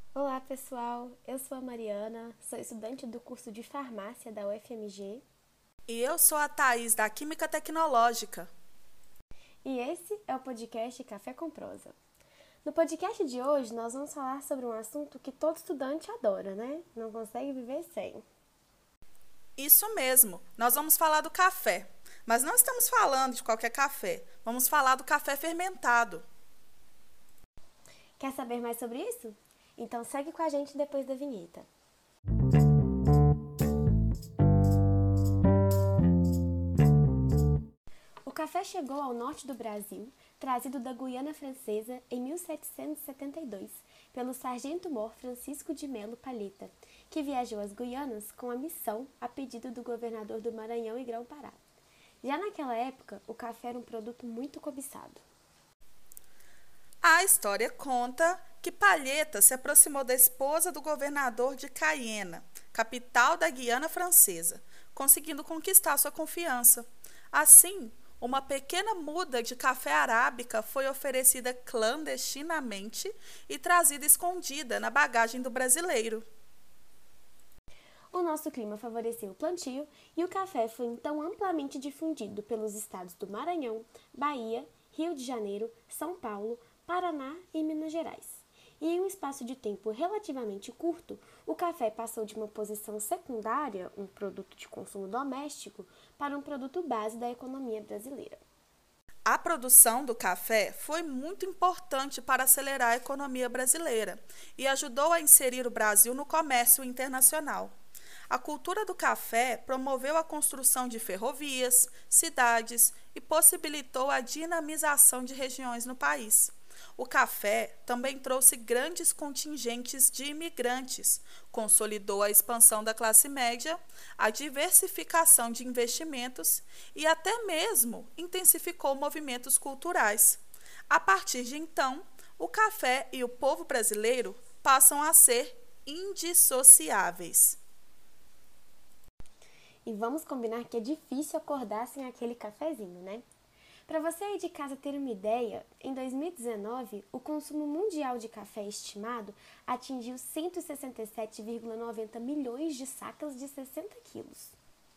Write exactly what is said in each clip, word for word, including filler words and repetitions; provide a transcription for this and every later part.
Olá, pessoal. Eu sou a Mariana, sou estudante do curso de farmácia da U F M G E eu sou a Thaís, da Química Tecnológica. e esse é o podcast Café com Prosa. No podcast de hoje, nós vamos falar sobre um assunto que todo estudante adora, né? Não consegue viver sem. Isso mesmo, nós vamos falar do café. Mas não estamos falando de qualquer café, vamos falar do café fermentado. Quer saber mais sobre isso? Então segue com a gente depois da vinheta. O café chegou ao norte do Brasil, trazido da Guiana Francesa em mil setecentos e setenta e dois, pelo sargento-mor Francisco de Melo Palheta, que viajou às Guianas com a missão a pedido do governador do Maranhão e Grão-Pará. Já naquela época, o café era um produto muito cobiçado. A história conta que Palheta se aproximou da esposa do governador de Caiena, capital da Guiana Francesa, conseguindo conquistar sua confiança. Assim, uma pequena muda de café arábica foi oferecida clandestinamente e trazida escondida na bagagem do brasileiro. O nosso clima favoreceu o plantio e o café foi então amplamente difundido pelos estados do Maranhão, Bahia, Rio de Janeiro, São Paulo, Paraná e Minas Gerais. E em um espaço de tempo relativamente curto, o café passou de uma posição secundária, um produto de consumo doméstico, para um produto base da economia brasileira. A produção do café foi muito importante para acelerar a economia brasileira e ajudou a inserir o Brasil no comércio internacional. A cultura do café promoveu a construção de ferrovias, cidades e possibilitou a dinamização de regiões no país. O café também trouxe grandes contingentes de imigrantes, consolidou a expansão da classe média, a diversificação de investimentos e até mesmo intensificou movimentos culturais. A partir de então, o café e o povo brasileiro passam a ser indissociáveis. E vamos combinar que é difícil acordar sem aquele cafezinho, né? Para você aí de casa ter uma ideia, em dois mil e dezenove, o consumo mundial de café estimado atingiu cento e sessenta e sete vírgula noventa milhões de sacas de sessenta quilos.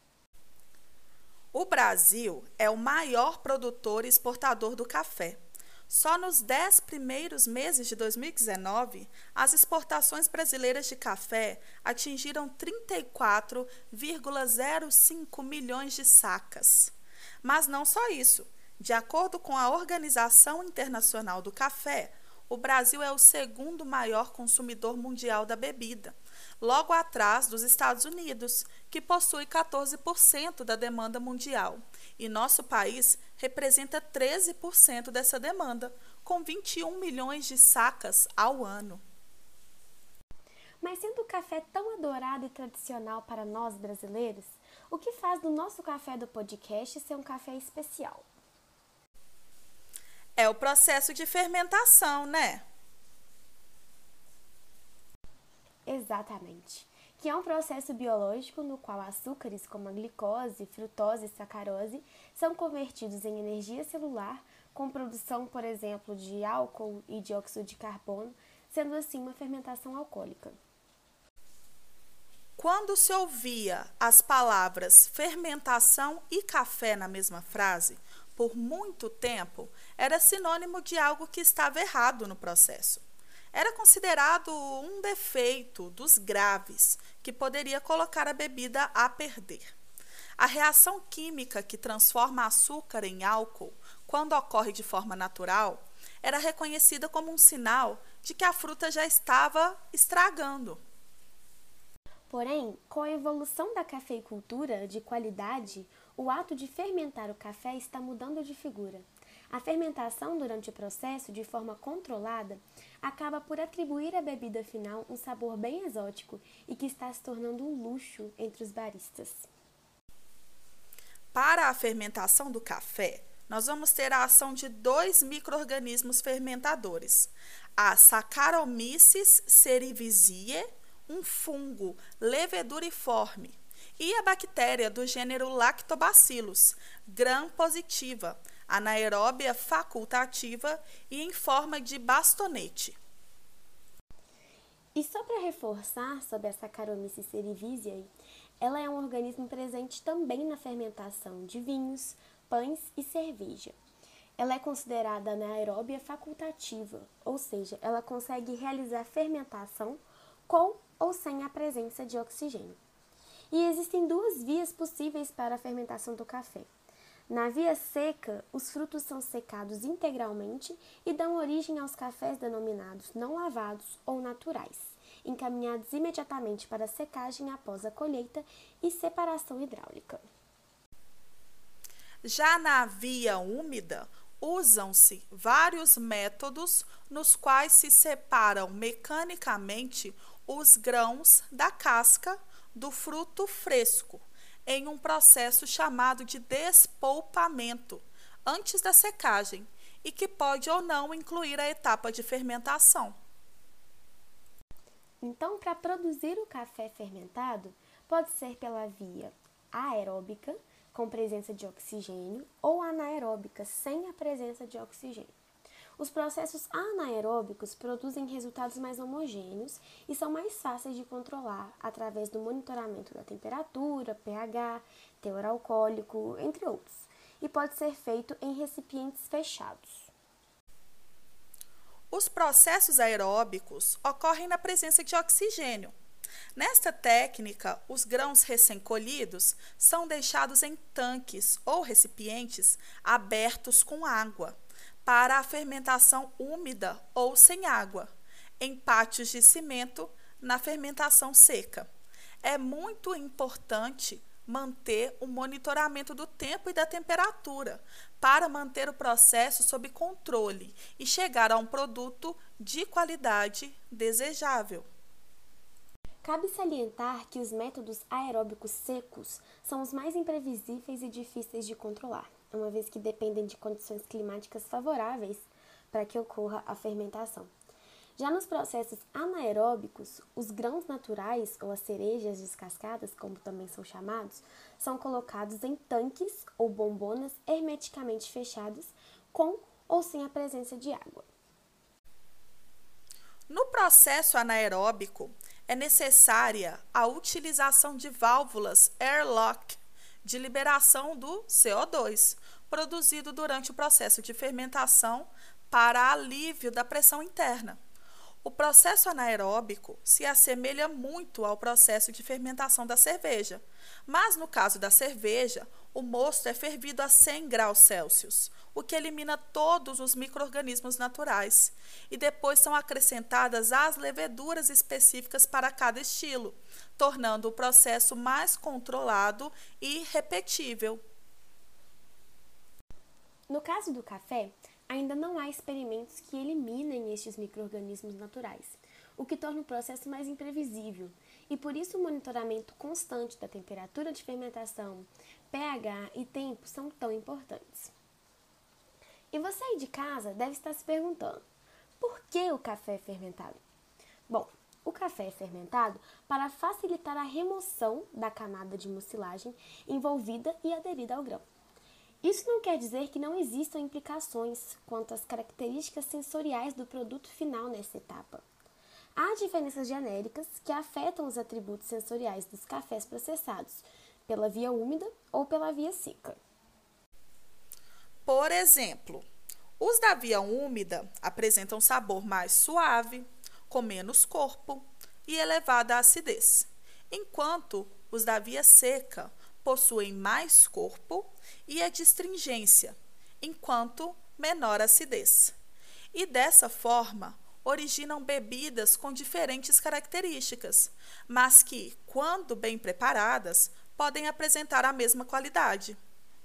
O Brasil é o maior produtor e exportador do café. Só nos dez primeiros meses de dois mil e dezenove, as exportações brasileiras de café atingiram trinta e quatro vírgula zero cinco milhões de sacas. Mas não só isso. De acordo com a Organização Internacional do Café, o Brasil é o segundo maior consumidor mundial da bebida, logo atrás dos Estados Unidos, que possui quatorze por cento da demanda mundial, e nosso país representa treze por cento dessa demanda, com vinte e um milhões de sacas ao ano. Mas sendo o café tão adorado e tradicional para nós brasileiros, o que faz do nosso café do podcast ser um café especial? É o processo de fermentação, né? Exatamente. Que é um processo biológico no qual açúcares como a glicose, frutose e sacarose são convertidos em energia celular com produção, por exemplo, de álcool e dióxido de carbono, sendo assim uma fermentação alcoólica. Quando se ouvia as palavras fermentação e café na mesma frase, por muito tempo, era sinônimo de algo que estava errado no processo. Era considerado um defeito dos graves, que poderia colocar a bebida a perder. A reação química que transforma açúcar em álcool, quando ocorre de forma natural, era reconhecida como um sinal de que a fruta já estava estragando. Porém, com a evolução da cafeicultura de qualidade, o ato de fermentar o café está mudando de figura. A fermentação durante o processo, de forma controlada, acaba por atribuir à bebida final um sabor bem exótico e que está se tornando um luxo entre os baristas. Para a fermentação do café, nós vamos ter a ação de dois micro-organismos fermentadores, a Saccharomyces cerevisiae, um fungo leveduriforme, e a bactéria do gênero Lactobacillus, gram-positiva, anaeróbia facultativa e em forma de bastonete. E só para reforçar sobre a Saccharomyces cerevisiae, ela é um organismo presente também na fermentação de vinhos, pães e cerveja. Ela é considerada anaeróbia facultativa, ou seja, ela consegue realizar fermentação com ou sem a presença de oxigênio. E existem duas vias possíveis para a fermentação do café. Na via seca, os frutos são secados integralmente e dão origem aos cafés denominados não lavados ou naturais, encaminhados imediatamente para a secagem após a colheita e separação hidráulica. Já na via úmida, usam-se vários métodos nos quais se separam mecanicamente os grãos da casca do fruto fresco, em um processo chamado de despolpamento, antes da secagem, e que pode ou não incluir a etapa de fermentação. Então, para produzir o café fermentado, pode ser pela via aeróbica, com presença de oxigênio, ou anaeróbica, sem a presença de oxigênio. Os processos anaeróbicos produzem resultados mais homogêneos e são mais fáceis de controlar através do monitoramento da temperatura, pH, teor alcoólico, entre outros, e pode ser feito em recipientes fechados. Os processos aeróbicos ocorrem na presença de oxigênio. Nesta técnica, os grãos recém-colhidos são deixados em tanques ou recipientes abertos com água, para a fermentação úmida ou sem água, em pátios de cimento na fermentação seca. É muito importante manter o monitoramento do tempo e da temperatura para manter o processo sob controle e chegar a um produto de qualidade desejável. Cabe salientar que os métodos aeróbicos secos são os mais imprevisíveis e difíceis de controlar, uma vez que dependem de condições climáticas favoráveis para que ocorra a fermentação. Já nos processos anaeróbicos, os grãos naturais, ou as cerejas descascadas, como também são chamados, são colocados em tanques ou bombonas hermeticamente fechadas, com ou sem a presença de água. No processo anaeróbico, é necessária a utilização de válvulas airlock de liberação do C O dois, produzido durante o processo de fermentação para alívio da pressão interna. O processo anaeróbico se assemelha muito ao processo de fermentação da cerveja, mas no caso da cerveja, o mosto é fervido a cem graus Celsius, o que elimina todos os micro-organismos naturais, e depois são acrescentadas as leveduras específicas para cada estilo, tornando o processo mais controlado e repetível. No caso do café, ainda não há experimentos que eliminem estes micro-organismos naturais, o que torna o processo mais imprevisível, e por isso o monitoramento constante da temperatura de fermentação, pH e tempo são tão importantes. E você aí de casa deve estar se perguntando, por que o café é fermentado? Bom, o café é fermentado para facilitar a remoção da camada de mucilagem envolvida e aderida ao grão. Isso não quer dizer que não existam implicações quanto às características sensoriais do produto final nessa etapa. Há diferenças genéricas que afetam os atributos sensoriais dos cafés processados, pela via úmida ou pela via seca. Por exemplo, os da via úmida apresentam sabor mais suave, com menos corpo e elevada acidez, enquanto os da via seca possuem mais corpo e adstringência, enquanto menor acidez. E dessa forma, originam bebidas com diferentes características, mas que, quando bem preparadas, podem apresentar a mesma qualidade.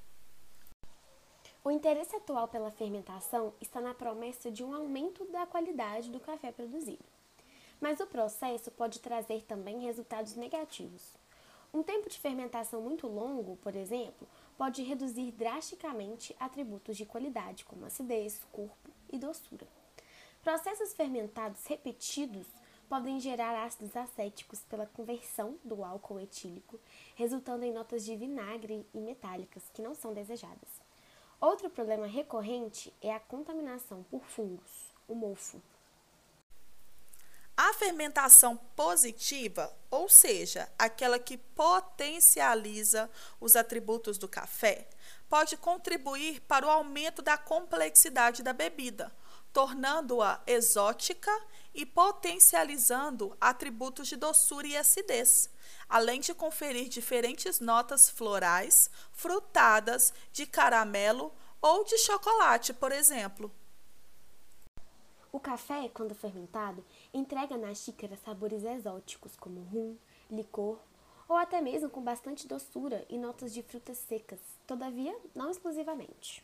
O interesse atual pela fermentação está na promessa de um aumento da qualidade do café produzido. Mas o processo pode trazer também resultados negativos. Um tempo de fermentação muito longo, por exemplo, pode reduzir drasticamente atributos de qualidade, como acidez, corpo e doçura. Processos fermentados repetidos podem gerar ácidos acéticos pela conversão do álcool etílico, resultando em notas de vinagre e metálicas que não são desejadas. Outro problema recorrente é a contaminação por fungos, o mofo. A fermentação positiva, ou seja, aquela que potencializa os atributos do café, pode contribuir para o aumento da complexidade da bebida, tornando-a exótica e potencializando atributos de doçura e acidez, além de conferir diferentes notas florais, frutadas, de caramelo ou de chocolate, por exemplo. O café, quando fermentado, entrega na xícara sabores exóticos como rum, licor ou até mesmo com bastante doçura e notas de frutas secas, todavia não exclusivamente.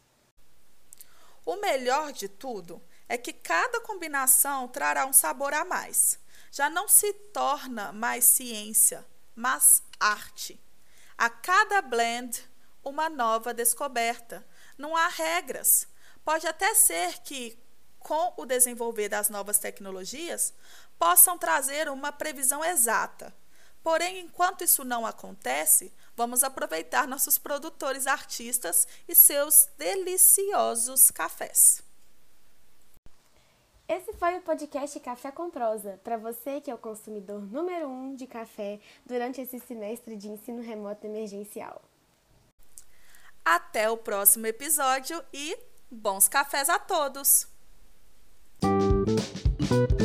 O melhor de tudo é que cada combinação trará um sabor a mais. Já não se torna mais ciência, mas arte. A cada blend, uma nova descoberta. Não há regras. Pode até ser que, com o desenvolver das novas tecnologias, possam trazer uma previsão exata. Porém, enquanto isso não acontece, vamos aproveitar nossos produtores artistas e seus deliciosos cafés. Esse foi o podcast Café com Prosa, para você que é o consumidor número um de café durante esse semestre de ensino remoto emergencial. Até o próximo episódio e bons cafés a todos!